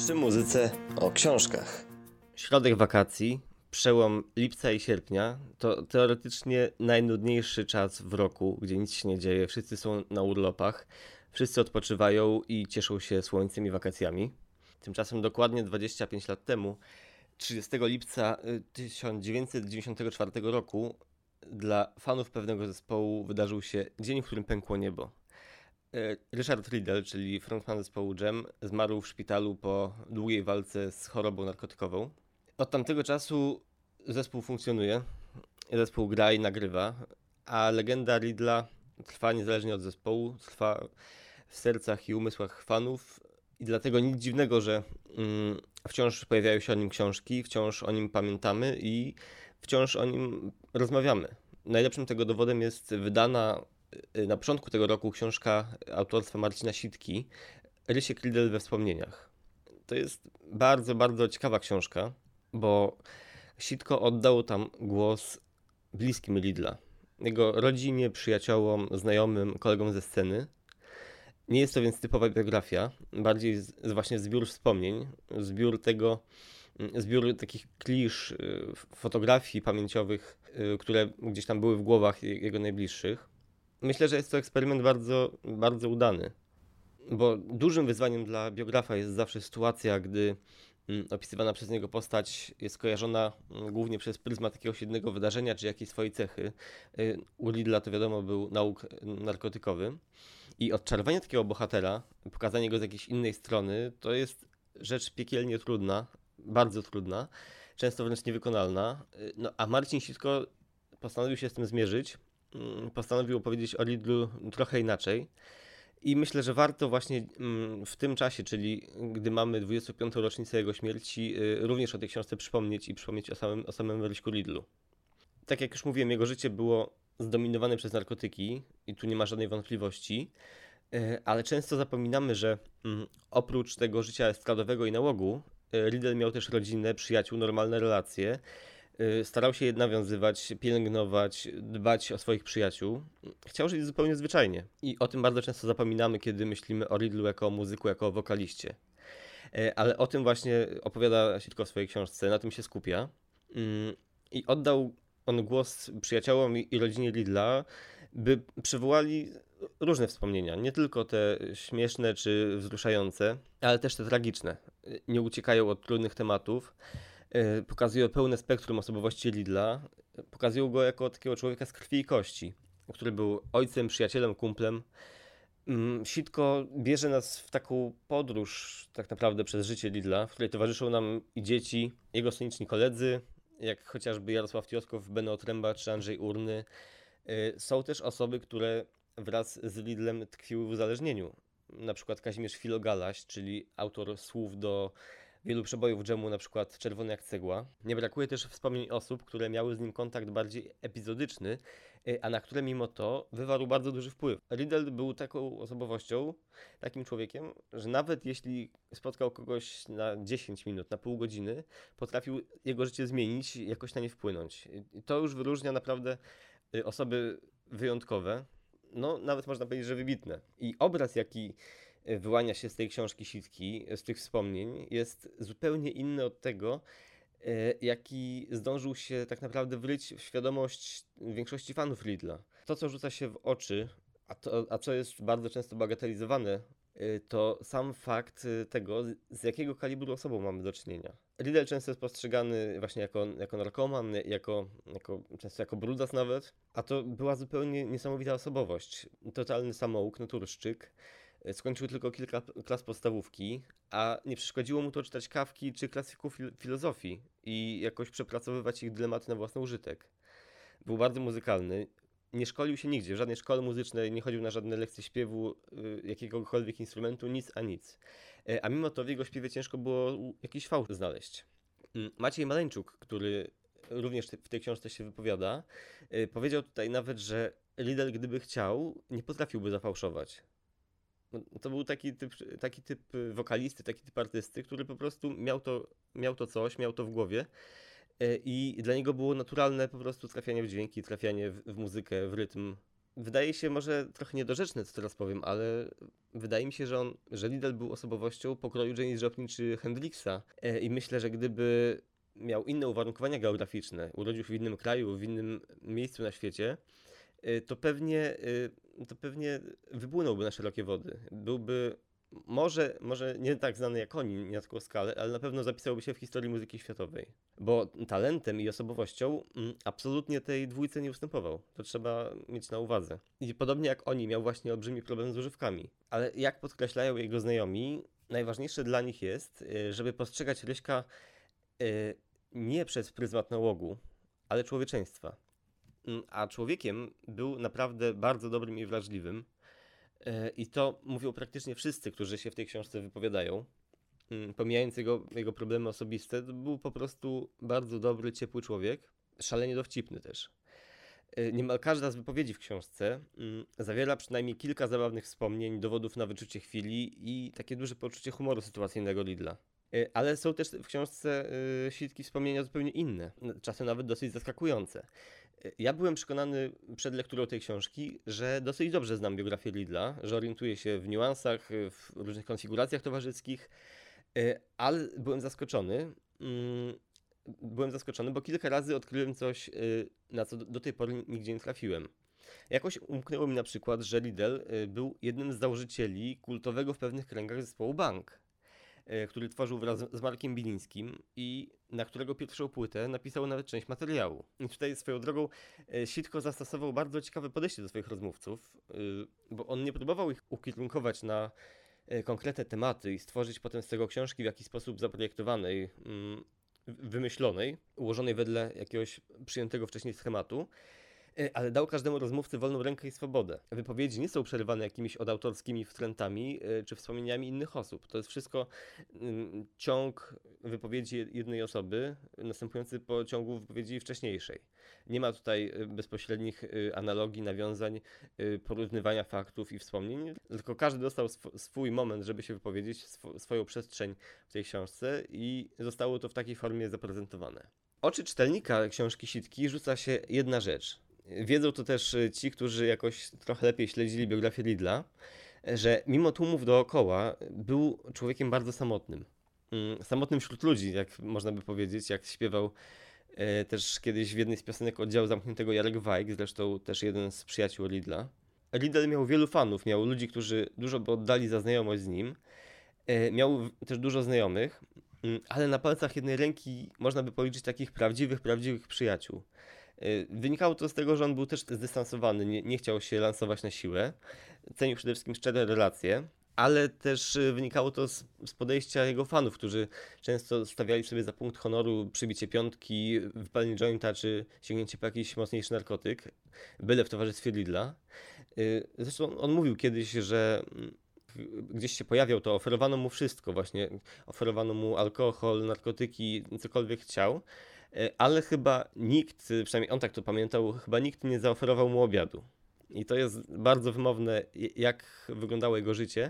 Przy muzyce o książkach. Środek wakacji, przełom lipca i sierpnia to teoretycznie najnudniejszy czas w roku, gdzie nic się nie dzieje, wszyscy są na urlopach, wszyscy odpoczywają i cieszą się słońcem i wakacjami. Tymczasem dokładnie 25 lat temu, 30 lipca 1994 roku, dla fanów pewnego zespołu wydarzył się dzień, w którym pękło niebo. Richard Riddle, czyli frontman zespołu Jam, zmarł w szpitalu po długiej walce z chorobą narkotykową. Od tamtego czasu zespół funkcjonuje, zespół gra i nagrywa, a legenda Riddla trwa niezależnie od zespołu, trwa w sercach i umysłach fanów i dlatego nic dziwnego, że wciąż pojawiają się o nim książki, wciąż o nim pamiętamy i wciąż o nim rozmawiamy. Najlepszym tego dowodem jest wydana na początku tego roku książka autorstwa Marcina Sitki, Rysiek Riddle we wspomnieniach. To jest bardzo, bardzo ciekawa książka, bo Sitko oddał tam głos bliskim Riddla, jego rodzinie, przyjaciołom, znajomym, kolegom ze sceny. Nie jest to więc typowa biografia, bardziej właśnie zbiór wspomnień, zbiór takich klisz, fotografii pamięciowych, które gdzieś tam były w głowach jego najbliższych. Myślę, że jest to eksperyment bardzo, bardzo udany, bo dużym wyzwaniem dla biografa jest zawsze sytuacja, gdy opisywana przez niego postać jest kojarzona głównie przez pryzmat jakiegoś jednego wydarzenia czy jakiejś swojej cechy. U Riddla to wiadomo był nauk narkotykowy i odczarowanie takiego bohatera, pokazanie go z jakiejś innej strony, to jest rzecz piekielnie trudna, bardzo trudna, często wręcz niewykonalna. No, a Marcin Sitko postanowił się z tym zmierzyć. Postanowił opowiedzieć o Riddlu trochę inaczej i myślę, że warto właśnie w tym czasie, czyli gdy mamy 25. rocznicę jego śmierci, również o tej książce przypomnieć o samym Ryśku Riddlu. Tak jak już mówiłem, jego życie było zdominowane przez narkotyki i tu nie ma żadnej wątpliwości, ale często zapominamy, że oprócz tego życia estradowego i nałogu, Riddle miał też rodzinę, przyjaciół, normalne relacje. Starał się je nawiązywać, pielęgnować, dbać o swoich przyjaciół. Chciał żyć zupełnie zwyczajnie. I o tym bardzo często zapominamy, kiedy myślimy o Riddlu jako o muzyku, jako o wokaliście. Ale o tym właśnie opowiada Sitko w swojej książce, na tym się skupia. I oddał on głos przyjaciołom i rodzinie Riddla, by przywołali różne wspomnienia. Nie tylko te śmieszne czy wzruszające, ale też te tragiczne. Nie uciekają od trudnych tematów. Pokazują pełne spektrum osobowości Riddla, pokazują go jako takiego człowieka z krwi i kości, który był ojcem, przyjacielem, kumplem. Sitko bierze nas w taką podróż tak naprawdę przez życie Riddla, w której towarzyszą nam i dzieci, jego soniczni koledzy, jak chociażby Jarosław Tioskow, Beno Otręba czy Andrzej Urny. Są też osoby, które wraz z Riddlem tkwiły w uzależnieniu. Na przykład Kazimierz Filogalaś, czyli autor słów do wielu przebojów Jamu, na przykład Czerwony jak cegła. Nie brakuje też wspomnień osób, które miały z nim kontakt bardziej epizodyczny, a na które mimo to wywarł bardzo duży wpływ. Riddle był taką osobowością, takim człowiekiem, że nawet jeśli spotkał kogoś na 10 minut, na pół godziny, potrafił jego życie zmienić, jakoś na nie wpłynąć. I to już wyróżnia naprawdę osoby wyjątkowe, no nawet można powiedzieć, że wybitne. I obraz, jaki wyłania się z tej książki Sitki, z tych wspomnień, jest zupełnie inny od tego, jaki zdążył się tak naprawdę wryć w świadomość większości fanów Riddla. To, co rzuca się w oczy, a co jest bardzo często bagatelizowane, to sam fakt tego, z jakiego kalibru osobą mamy do czynienia. Riddle często jest postrzegany właśnie jako narkoman, często jako brudas nawet, a to była zupełnie niesamowita osobowość. Totalny samouk, naturszczyk. Skończył tylko kilka klas podstawówki, a nie przeszkodziło mu to czytać Kafki czy klasyków filozofii i jakoś przepracowywać ich dylematy na własny użytek. Był bardzo muzykalny, nie szkolił się nigdzie, w żadnej szkole muzycznej, nie chodził na żadne lekcje śpiewu, jakiegokolwiek instrumentu, nic a nic. A mimo to w jego śpiewie ciężko było jakiś fałsz znaleźć. Maciej Maleńczuk, który również w tej książce się wypowiada, powiedział tutaj nawet, że Riddle, gdyby chciał, nie potrafiłby zafałszować. To był taki typ wokalisty, taki typ artysty, który po prostu miał to w głowie i dla niego było naturalne po prostu trafianie w dźwięki, trafianie w muzykę, w rytm, wydaje się może trochę niedorzeczne, co teraz powiem, ale wydaje mi się, że Liddell był osobowością pokroju Janis Joplin czy Hendrixa. I myślę, że gdyby miał inne uwarunkowania geograficzne, urodził się w innym kraju, w innym miejscu na świecie, to pewnie wypłynąłby na szerokie wody. Byłby może nie tak znany jak oni, nie na taką skalę, ale na pewno zapisałby się w historii muzyki światowej. Bo talentem i osobowością absolutnie tej dwójce nie ustępował. To trzeba mieć na uwadze. I podobnie jak oni, miał właśnie olbrzymi problem z używkami. Ale jak podkreślają jego znajomi, najważniejsze dla nich jest, żeby postrzegać Ryśka nie przez pryzmat nałogu, ale człowieczeństwa. A człowiekiem był naprawdę bardzo dobrym i wrażliwym. I to mówią praktycznie wszyscy, którzy się w tej książce wypowiadają. Pomijając jego problemy osobiste, to był po prostu bardzo dobry, ciepły człowiek, szalenie dowcipny też. Niemal każda z wypowiedzi w książce zawiera przynajmniej kilka zabawnych wspomnień, dowodów na wyczucie chwili i takie duże poczucie humoru sytuacyjnego Liddla. Ale są też w książce świadki wspomnienia zupełnie inne, czasem nawet dosyć zaskakujące. Ja byłem przekonany przed lekturą tej książki, że dosyć dobrze znam biografię Liddla, że orientuję się w niuansach, w różnych konfiguracjach towarzyskich, ale byłem zaskoczony. Byłem zaskoczony, bo kilka razy odkryłem coś, na co do tej pory nigdzie nie trafiłem. Jakoś umknęło mi na przykład, że Liddell był jednym z założycieli kultowego w pewnych kręgach zespołu Bank, który tworzył wraz z Markiem Bilińskim i na którego pierwszą płytę napisał nawet część materiału. I tutaj swoją drogą Sitko zastosował bardzo ciekawe podejście do swoich rozmówców, bo on nie próbował ich ukierunkować na konkretne tematy i stworzyć potem z tego książki w jakiś sposób zaprojektowanej, wymyślonej, ułożonej wedle jakiegoś przyjętego wcześniej schematu, ale dał każdemu rozmówcy wolną rękę i swobodę. Wypowiedzi nie są przerywane jakimiś odautorskimi wtrętami czy wspomnieniami innych osób. To jest wszystko ciąg wypowiedzi jednej osoby, następujący po ciągu wypowiedzi wcześniejszej. Nie ma tutaj bezpośrednich analogii, nawiązań, porównywania faktów i wspomnień, tylko każdy dostał swój moment, żeby się wypowiedzieć, swoją przestrzeń w tej książce i zostało to w takiej formie zaprezentowane. Oczy czytelnika książki Sitki rzuca się jedna rzecz. Wiedzą to też ci, którzy jakoś trochę lepiej śledzili biografię Liddla, że mimo tłumów dookoła był człowiekiem bardzo samotnym. Samotnym wśród ludzi, jak można by powiedzieć, jak śpiewał też kiedyś w jednej z piosenek Oddziału Zamkniętego Jarek Wajk, zresztą też jeden z przyjaciół Liddla. Liddell miał wielu fanów, miał ludzi, którzy dużo by oddali za znajomość z nim. Miał też dużo znajomych, ale na palcach jednej ręki można by policzyć takich prawdziwych przyjaciół. Wynikało to z tego, że on był też zdystansowany, nie chciał się lansować na siłę, cenił przede wszystkim szczere relacje, ale też wynikało to z podejścia jego fanów, którzy często stawiali sobie za punkt honoru przybicie piątki, wypalenie jointa czy sięgnięcie po jakiś mocniejszy narkotyk, byle w towarzystwie Liddla. Zresztą on mówił kiedyś, że gdzieś się pojawiał, to oferowano mu wszystko właśnie, oferowano mu alkohol, narkotyki, cokolwiek chciał, ale chyba nikt, przynajmniej on tak to pamiętał, chyba nikt nie zaoferował mu obiadu. I to jest bardzo wymowne, jak wyglądało jego życie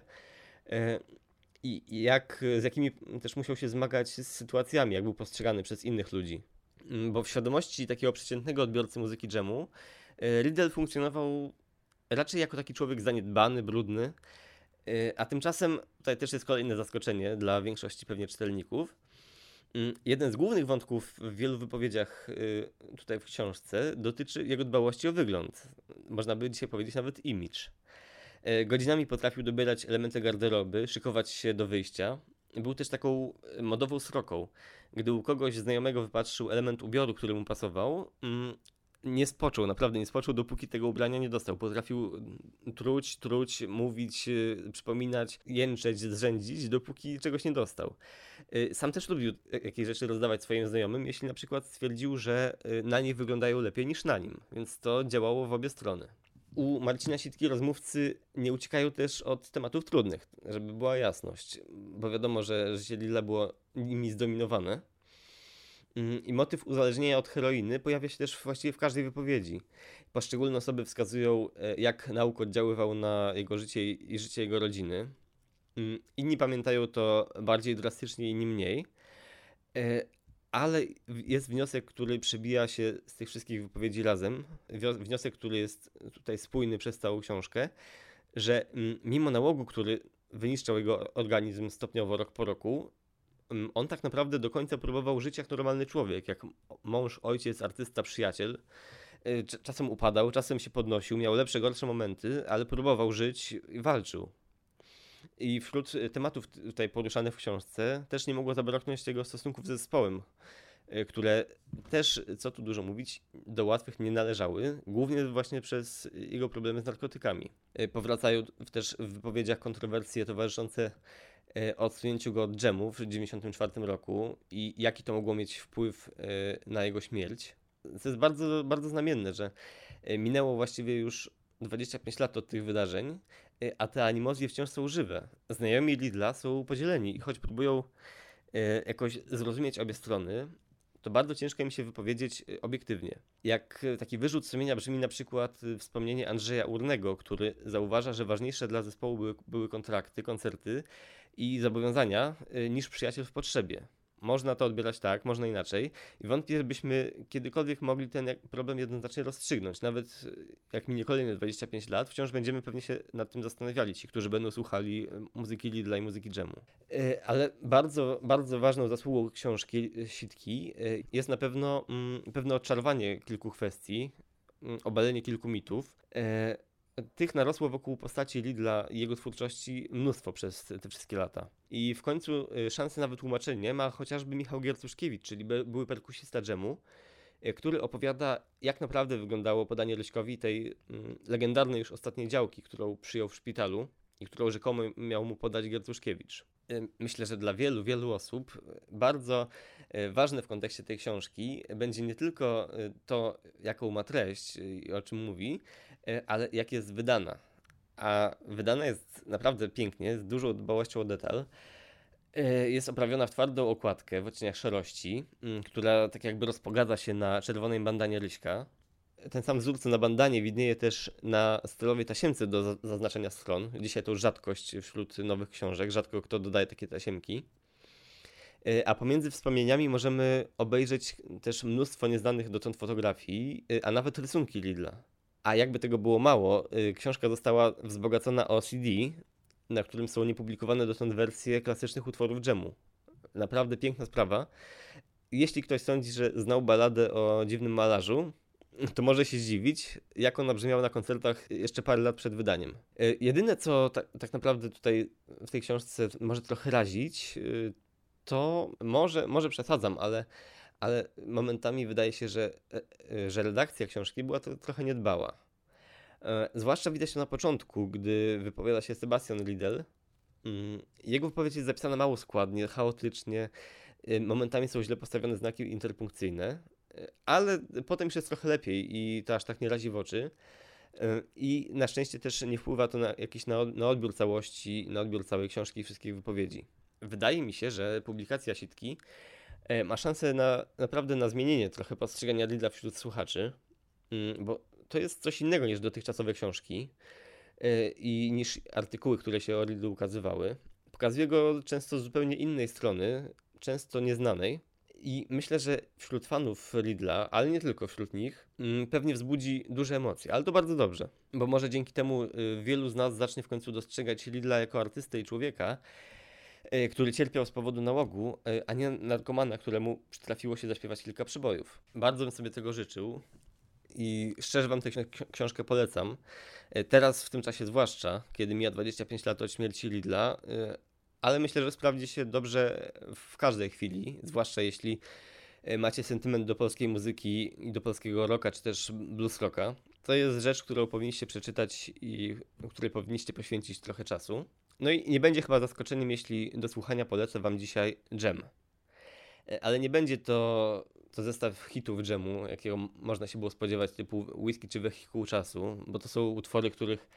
i z jakimi też musiał się zmagać z sytuacjami, jak był postrzegany przez innych ludzi. Bo w świadomości takiego przeciętnego odbiorcy muzyki dżemu Liddell funkcjonował raczej jako taki człowiek zaniedbany, brudny, a tymczasem tutaj też jest kolejne zaskoczenie dla większości pewnie czytelników. Jeden z głównych wątków w wielu wypowiedziach tutaj w książce dotyczy jego dbałości o wygląd. Można by dzisiaj powiedzieć nawet image. Godzinami potrafił dobierać elementy garderoby, szykować się do wyjścia. Był też taką modową sroką. Gdy u kogoś znajomego wypatrzył element ubioru, który mu pasował, nie spoczął, naprawdę nie spoczął, dopóki tego ubrania nie dostał. Potrafił truć, mówić, przypominać, jęczeć, zrzędzić, dopóki czegoś nie dostał. Sam też lubił jakieś rzeczy rozdawać swoim znajomym, jeśli na przykład stwierdził, że na nich wyglądają lepiej niż na nim, więc to działało w obie strony. U Marcina Sitki rozmówcy nie uciekają też od tematów trudnych, żeby była jasność, bo wiadomo, że życie Liddla było nimi zdominowane. I motyw uzależnienia od heroiny pojawia się też właściwie w każdej wypowiedzi. Poszczególne osoby wskazują, jak nauk oddziaływał na jego życie i życie jego rodziny. Inni pamiętają to bardziej drastycznie, inni mniej. ale jest wniosek, który przebija się z tych wszystkich wypowiedzi razem. Wniosek, który jest tutaj spójny przez całą książkę, że mimo nałogu, który wyniszczał jego organizm stopniowo rok po roku, on tak naprawdę do końca próbował żyć jak normalny człowiek, jak mąż, ojciec, artysta, przyjaciel. Czasem upadał, czasem się podnosił, miał lepsze, gorsze momenty, ale próbował żyć i walczył. I wśród tematów tutaj poruszanych w książce też nie mogło zabraknąć jego stosunków ze zespołem, które też, co tu dużo mówić, do łatwych nie należały, głównie właśnie przez jego problemy z narkotykami. Powracają też w wypowiedziach kontrowersje towarzyszące odsunięciu go od dżemu w 1994 roku i jaki to mogło mieć wpływ na jego śmierć. To jest bardzo, bardzo znamienne, że minęło właściwie już 25 lat od tych wydarzeń, a te animozje wciąż są żywe. Znajomi Lidla są podzieleni i choć próbują jakoś zrozumieć obie strony, to bardzo ciężko im się wypowiedzieć obiektywnie. Jak taki wyrzut sumienia brzmi na przykład wspomnienie Andrzeja Urnego, który zauważa, że ważniejsze dla zespołu były kontrakty, koncerty i zobowiązania niż przyjaciel w potrzebie. Można to odbierać tak, można inaczej i wątpię, żebyśmy kiedykolwiek mogli ten problem jednoznacznie rozstrzygnąć. Nawet jak minie kolejne 25 lat, wciąż będziemy pewnie się nad tym zastanawiali, ci, którzy będą słuchali muzyki Lidla i muzyki dżemu. Ale bardzo, bardzo ważną zasługą książki Sitki jest na pewno pewne odczarowanie kilku kwestii, obalenie kilku mitów. Tych narosło wokół postaci Lidla i jego twórczości mnóstwo przez te wszystkie lata. I w końcu szansę na wytłumaczenie ma chociażby Michał Giercuszkiewicz, czyli były perkusista dżemu, który opowiada, jak naprawdę wyglądało podanie Ryśkowi tej legendarnej już ostatniej działki, którą przyjął w szpitalu i którą rzekomo miał mu podać Giercuszkiewicz. Myślę, że dla wielu, wielu osób bardzo ważne w kontekście tej książki będzie nie tylko to, jaką ma treść i o czym mówi, ale jak jest wydana. A wydana jest naprawdę pięknie, z dużą dbałością o detal. Jest oprawiona w twardą okładkę w odcieniach szarości, która tak jakby rozpogadza się na czerwonej bandanie Ryśka. Ten sam wzór co na bandanie widnieje też na stylowej tasiemce do zaznaczenia stron. Dzisiaj to już rzadkość wśród nowych książek, rzadko kto dodaje takie tasiemki. A pomiędzy wspomnieniami możemy obejrzeć też mnóstwo nieznanych dotąd fotografii, a nawet rysunki Lidla. A jakby tego było mało, książka została wzbogacona o CD, na którym są niepublikowane dotąd wersje klasycznych utworów dżemu. Naprawdę piękna sprawa. Jeśli ktoś sądzi, że znał balladę o dziwnym malarzu, to może się zdziwić, jak ona brzmiała na koncertach jeszcze parę lat przed wydaniem. Jedyne, co tak naprawdę tutaj w tej książce może trochę razić, to może przesadzam, ale momentami wydaje się, że redakcja książki była trochę niedbała. Zwłaszcza widać to na początku, gdy wypowiada się Sebastian Liedl. Jego wypowiedź jest zapisana mało składnie, chaotycznie, momentami są źle postawione znaki interpunkcyjne, ale potem już jest trochę lepiej i to aż tak nie razi w oczy. I na szczęście też nie wpływa to na odbiór całości, na odbiór całej książki i wszystkich wypowiedzi. Wydaje mi się, że publikacja Sitki ma szansę naprawdę na zmienienie trochę postrzegania Lidla wśród słuchaczy, bo to jest coś innego niż dotychczasowe książki i niż artykuły, które się o Lidlu ukazywały. Pokazuje go często z zupełnie innej strony, często nieznanej. I myślę, że wśród fanów Lidla, ale nie tylko wśród nich, pewnie wzbudzi duże emocje, ale to bardzo dobrze, bo może dzięki temu wielu z nas zacznie w końcu dostrzegać Lidla jako artystę i człowieka, który cierpiał z powodu nałogu, a nie narkomana, któremu przytrafiło się zaśpiewać kilka przybojów. Bardzo bym sobie tego życzył i szczerze wam tę książkę polecam. Teraz w tym czasie zwłaszcza, kiedy mija 25 lat od śmierci Lidla, ale myślę, że sprawdzi się dobrze w każdej chwili, zwłaszcza jeśli macie sentyment do polskiej muzyki i do polskiego rocka, czy też blues rocka. To jest rzecz, którą powinniście przeczytać i której powinniście poświęcić trochę czasu. No i nie będzie chyba zaskoczeniem, jeśli do słuchania polecę wam dzisiaj Dżem. Ale nie będzie to zestaw hitów dżemu, jakiego można się było spodziewać, typu Whisky czy Wehikuł Czasu, bo to są utwory, których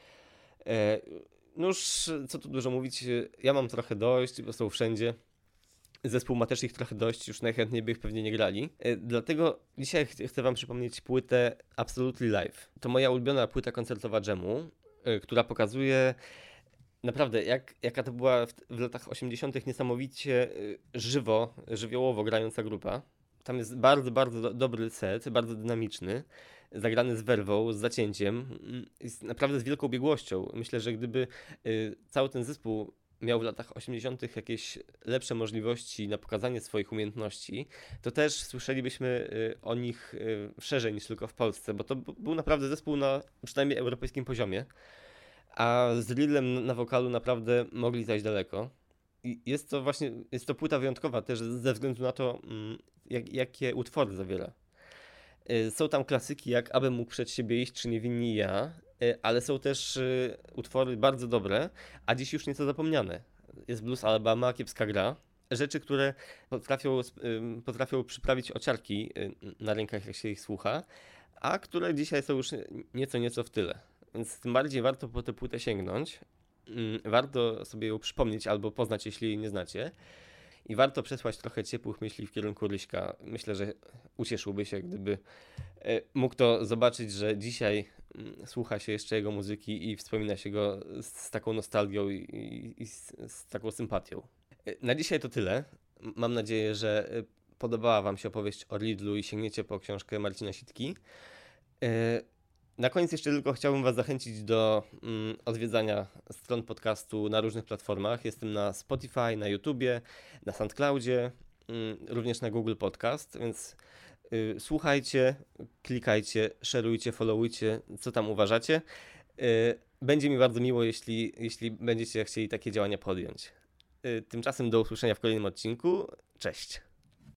no już co tu dużo mówić, ja mam trochę dość, bo są wszędzie. Zespół ma też ich trochę dość, już najchętniej by ich pewnie nie grali. Dlatego dzisiaj chcę wam przypomnieć płytę Absolutely Live. To moja ulubiona płyta koncertowa dżemu, która pokazuje naprawdę, jaka to była w latach 80. niesamowicie żywiołowo grająca grupa. Tam jest bardzo, bardzo dobry set, bardzo dynamiczny, zagrany z werwą, z zacięciem, jest naprawdę z wielką biegłością. Myślę, że gdyby cały ten zespół miał w latach 80. jakieś lepsze możliwości na pokazanie swoich umiejętności, to też słyszelibyśmy o nich szerzej niż tylko w Polsce, bo to był naprawdę zespół na przynajmniej europejskim poziomie, a z Riddlem na wokalu naprawdę mogli zajść daleko. I jest to płyta wyjątkowa też ze względu na to, jakie utwory zawiera. Są tam klasyki jak Abym mógł przed siebie iść, czy Niewinni ja, ale są też utwory bardzo dobre, a dziś już nieco zapomniane. Jest Blues Alabama, Kiepska gra. Rzeczy, które potrafią przyprawić ociarki na rękach, jak się ich słucha, a które dzisiaj są już nieco w tyle. Więc tym bardziej warto po tę płytę sięgnąć. Warto sobie ją przypomnieć albo poznać, jeśli jej nie znacie. I warto przesłać trochę ciepłych myśli w kierunku Ryśka. Myślę, że ucieszyłby się, gdyby mógł to zobaczyć, że dzisiaj słucha się jeszcze jego muzyki i wspomina się go z taką nostalgią i z taką sympatią. Na dzisiaj to tyle. Mam nadzieję, że podobała Wam się opowieść o Riddlu i sięgniecie po książkę Marcina Sitki. Na koniec jeszcze tylko chciałbym Was zachęcić do odwiedzania stron podcastu na różnych platformach. Jestem na Spotify, na YouTubie, na SoundCloudzie, również na Google Podcast, więc słuchajcie, klikajcie, szerujcie, followujcie, co tam uważacie. Będzie mi bardzo miło, jeśli będziecie chcieli takie działania podjąć. Tymczasem do usłyszenia w kolejnym odcinku. Cześć!